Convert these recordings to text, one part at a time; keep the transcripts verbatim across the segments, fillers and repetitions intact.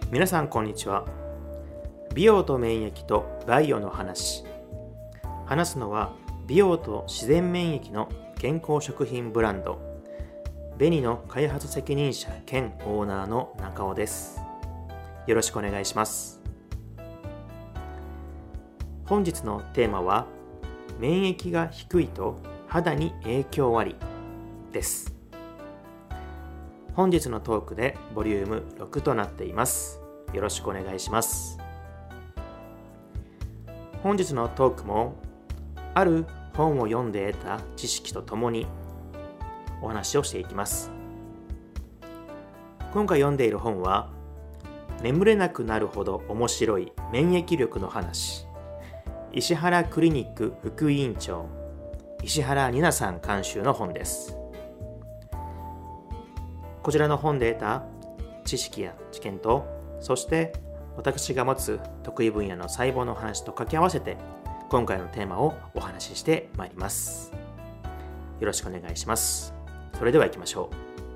皆さんこんにちは。美容と免疫とバイオの話。話すのは美容と自然免疫の健康食品ブランド紅の開発責任者兼オーナーの中尾です。よろしくお願いします。本日のテーマは免疫が低いと肌に影響ありです。本日のトークでボリュームろくとなっています。よろしくお願いします。本日のトークもある本を読んで得た知識とともにお話をしていきます。今回読んでいる本は眠れなくなるほど面白い免疫力の話、石原クリニック副委員長石原里奈さん監修の本です。こちらの本で得た知識や知見と、そして私が持つ得意分野の細胞の話と掛け合わせて今回のテーマをお話ししてまいります。よろしくお願いします。それでは行きましょ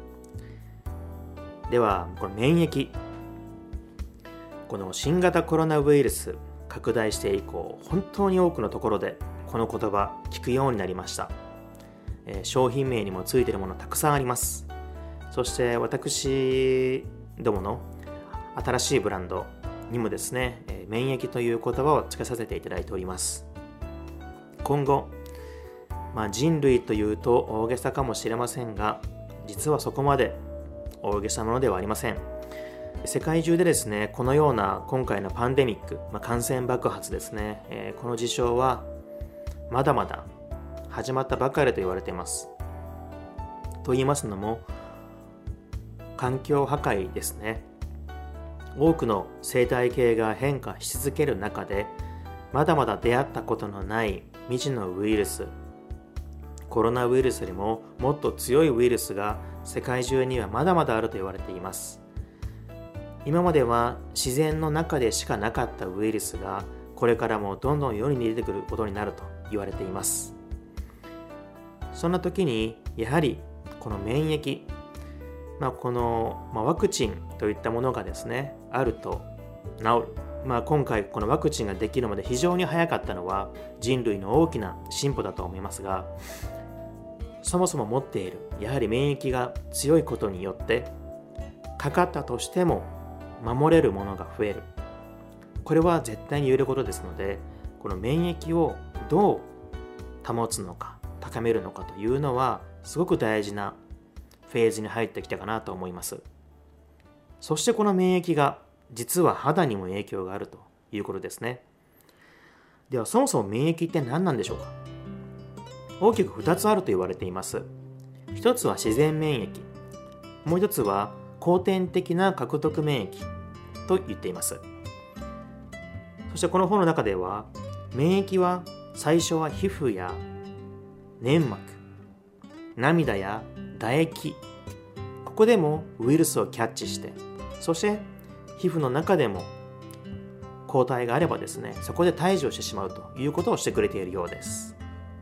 う。ではこの免疫、この新型コロナウイルス拡大して以降、本当に多くのところでこの言葉聞くようになりました。えー、商品名にもついているものたくさんあります。そして私どもの新しいブランドにもですね、えー、免疫という言葉をつけさせていただいております。今後、まあ、人類というと大げさかもしれませんが、実はそこまで大げさなものではありません。世界中でですね、このような今回のパンデミック、まあ、感染爆発ですね、えー、この事象はまだまだ始まったばかりと言われています。と言いますのも、環境破壊ですね。多くの生態系が変化し続ける中で、まだまだ出会ったことのない未知のウイルス、コロナウイルスよりももっと強いウイルスが世界中にはまだまだあると言われています。今までは自然の中でしかなかったウイルスが、これからもどんどん世に出てくることになると言われています。そんな時にやはりこの免疫、まあ、この、まあ、ワクチンといったものがですねあると治る、まあ、今回このワクチンができるまで非常に早かったのは人類の大きな進歩だと思いますが、そもそも持っているやはり免疫が強いことによってかかったとしても守れるものが増える。これは絶対に言えることですので、この免疫をどう保つのか高めるのかというのはすごく大事なフェーズに入ってきたかなと思います。そしてこの免疫が実は肌にも影響があるということですね。ではそもそも免疫って何なんでしょうか。大きくふたつあると言われています。一つは自然免疫、もう一つは後天的な獲得免疫と言っています。そしてこの本の中では、免疫は最初は皮膚や粘膜、涙や唾液、ここでもウイルスをキャッチして、そして皮膚の中でも抗体があればですね、そこで退治をしてしまうということをしてくれているようです。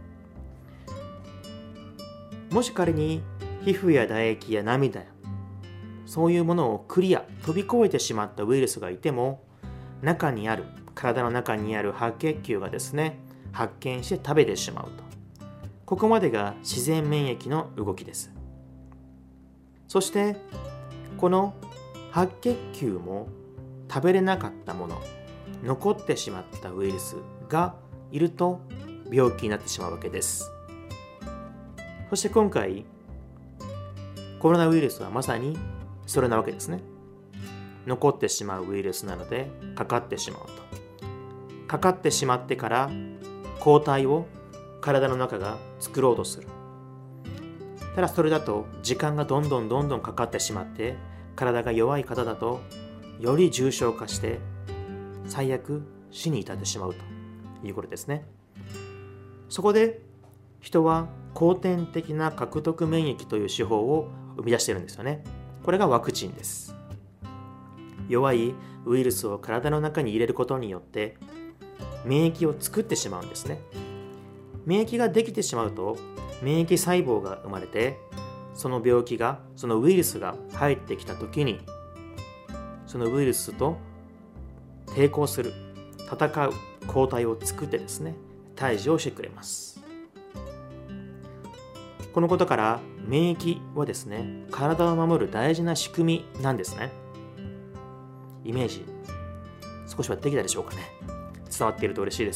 もし仮に皮膚や唾液や涙やそういうものをクリア飛び越えてしまったウイルスがいても、中にある体の中にある白血球がですね発見して食べてしまうと、ここまでが自然免疫の動きです。そしてこの白血球も食べれなかったもの、残ってしまったウイルスがいると病気になってしまうわけです。そして今回コロナウイルスはまさにそれなわけですね。残ってしまうウイルスなのでかかってしまうと。かかってしまってから抗体を体の中が作ろうとする。ただそれだと時間がどんどんどんどんかかってしまって、体が弱い方だとより重症化して最悪死に至ってしまうということですね。そこで人は後天的な獲得免疫という手法を生み出しているんですよね。これがワクチンです。弱いウイルスを体の中に入れることによって免疫を作ってしまうんですね。免疫ができてしまうと免疫細胞が生まれて、その病気がそのウイルスが入ってきた時にそのウイルスと抵抗する、戦う抗体を作ってですね、退治をしてくれます。このことから免疫はですね、体を守る大事な仕組みなんですね。イメージ少しはできたでしょうかね。伝わっていると嬉しいです。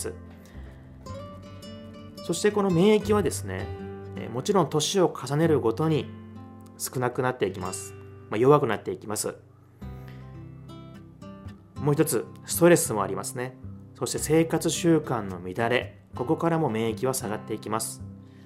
そしてこの免疫はですね、もちろん年を重ねるごとに少なくなっていきます。まあ、弱くなっていきます。もう一つ、ストレスもありますね。そして生活習慣の乱れ、ここからも免疫は下がっていきます。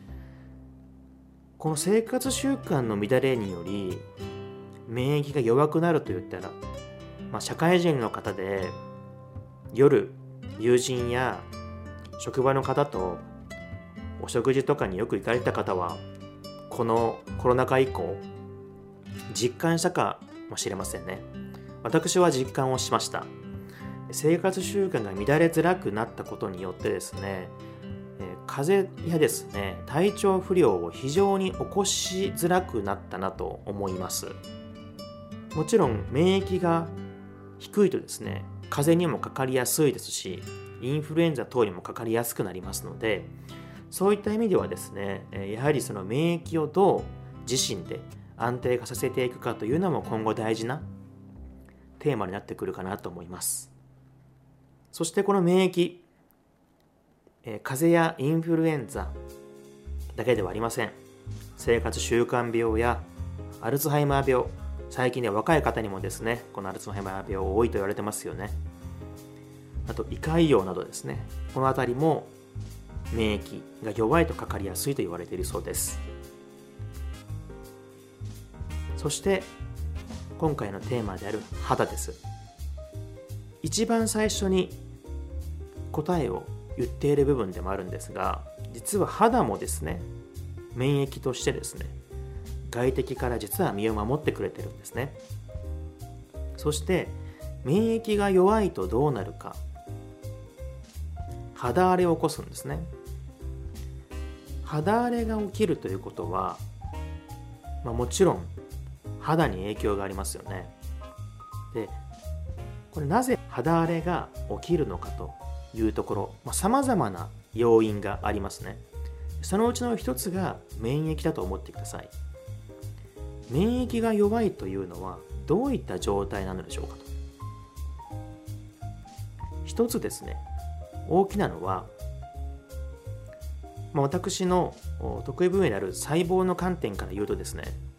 この生活習慣の乱れにより免疫が弱くなると言ったら、まあ、社会人の方で夜友人や職場の方とお食事とかによく行かれた方は、このコロナ禍以降実感したかもしれませんね。私は実感をしました。生活習慣が乱れづらくなったことによってですね、風邪やですね、体調不良を非常に起こしづらくなったなと思います。もちろん免疫が低いとですね、風邪にもかかりやすいですし、インフルエンザ等にもかかりやすくなりますので、そういった意味ではですね、やはりその免疫をどう自身で安定化させていくかというのも今後大事なテーマになってくるかなと思います。そしてこの免疫、えー、風邪やインフルエンザだけではありません。生活習慣病やアルツハイマー病、最近では若い方にもですね、このアルツハイマー病多いと言われてますよね。あと胃潰瘍などですね、このあたりも免疫が弱いとかかりやすいと言われているそうです。そして今回のテーマである肌です。一番最初に答えを言っている部分でもあるんですが、実は肌もですね、免疫としてですね、外敵から実は身を守ってくれてるんですね。そして免疫が弱いとどうなるか、肌荒れを起こすんですね。肌荒れが起きるということは、まあ、もちろん肌に影響がありますよね。で、これなぜ肌荒れが起きるのかというところ、さまざ、まな要因がありますね。そのうちの一つが免疫だと思ってください。免疫が弱いというのはどういった状態なのでしょうかと。一つですね、大きなのは、まあ、私の得意分野である細胞の観点から言うとですね、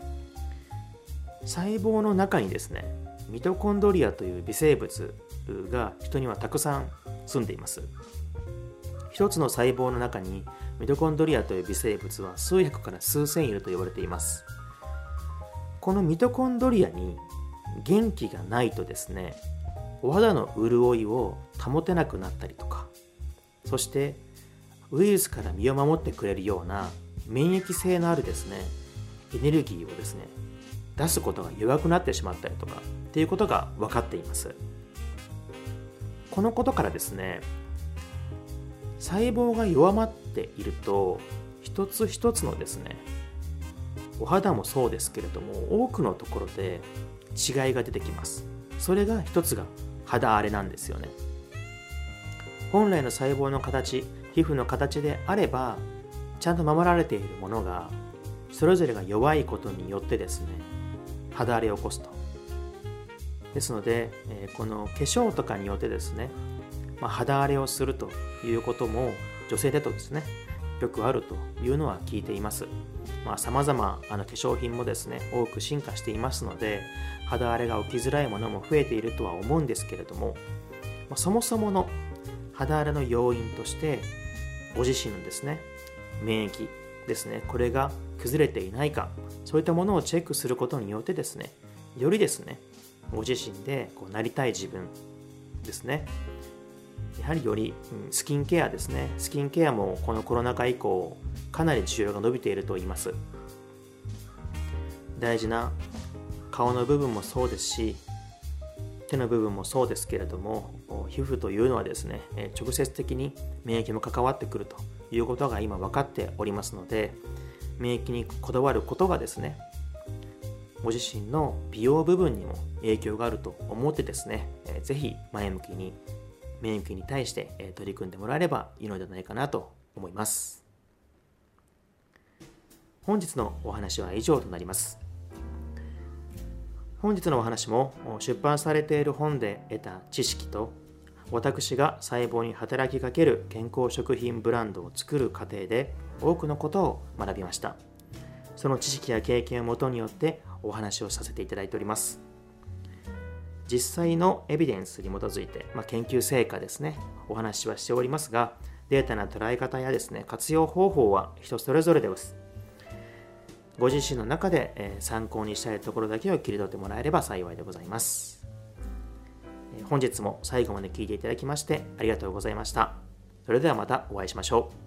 細胞の中にですね、ミトコンドリアという微生物が人にはたくさん住んでいます。一つの細胞の中にミトコンドリアという微生物は数百から数千いると言われています。このミトコンドリアに元気がないとですね、お肌の潤いを保てなくなったりとか、そしてウイルスから身を守ってくれるような免疫性のあるですね、エネルギーをですね、出すことが弱くなってしまったりとかっていうことが分かっています。このことからですね、細胞が弱まっていると一つ一つのですね、お肌もそうですけれども、多くのところで違いが出てきます。それが一つが肌荒れなんですよね。本来の細胞の形、皮膚の形であればちゃんと守られているものが、それぞれが弱いことによってですね、肌荒れを起こすと。ですので、えー、この化粧とかによってですね、まあ、肌荒れをするということも女性だとですね、よくあるというのは聞いています。まあ、様々あの化粧品もですね、多く進化していますので、肌荒れが起きづらいものも増えているとは思うんですけれども、まあ、そもそもの肌荒れの要因としてご自身のですね、免疫ですね、これが崩れていないか、そういったものをチェックすることによってですね、よりですね、ご自身でこうなりたい自分ですね、やはりより、うん、スキンケアですね、スキンケアもこのコロナ禍以降かなり需要が伸びていると言います。大事な顔の部分もそうですし、手の部分もそうですけれども、皮膚というのはですね、直接的に免疫も関わってくるということが今分かっておりますので、免疫にこだわることがですね、 ご自身の美容部分にも影響があると思ってですね、えー、ぜひ前向きに免疫に対して、えー、取り組んでもらえればいいのではないかなと思います。本日のお話は以上となります。本日のお話も出版されている本で得た知識と、私が細胞に働きかける健康食品ブランドを作る過程で多くのことを学びました。その知識や経験をもとによってお話をさせていただいております。実際のエビデンスに基づいて、まあ、研究成果ですね、お話はしておりますが、データの捉え方やですね、活用方法は人それぞれです。ご自身の中で、えー、参考にしたいところだけを切り取ってもらえれば幸いでございます。本日も最後まで聞いていただきましてありがとうございました。それではまたお会いしましょう。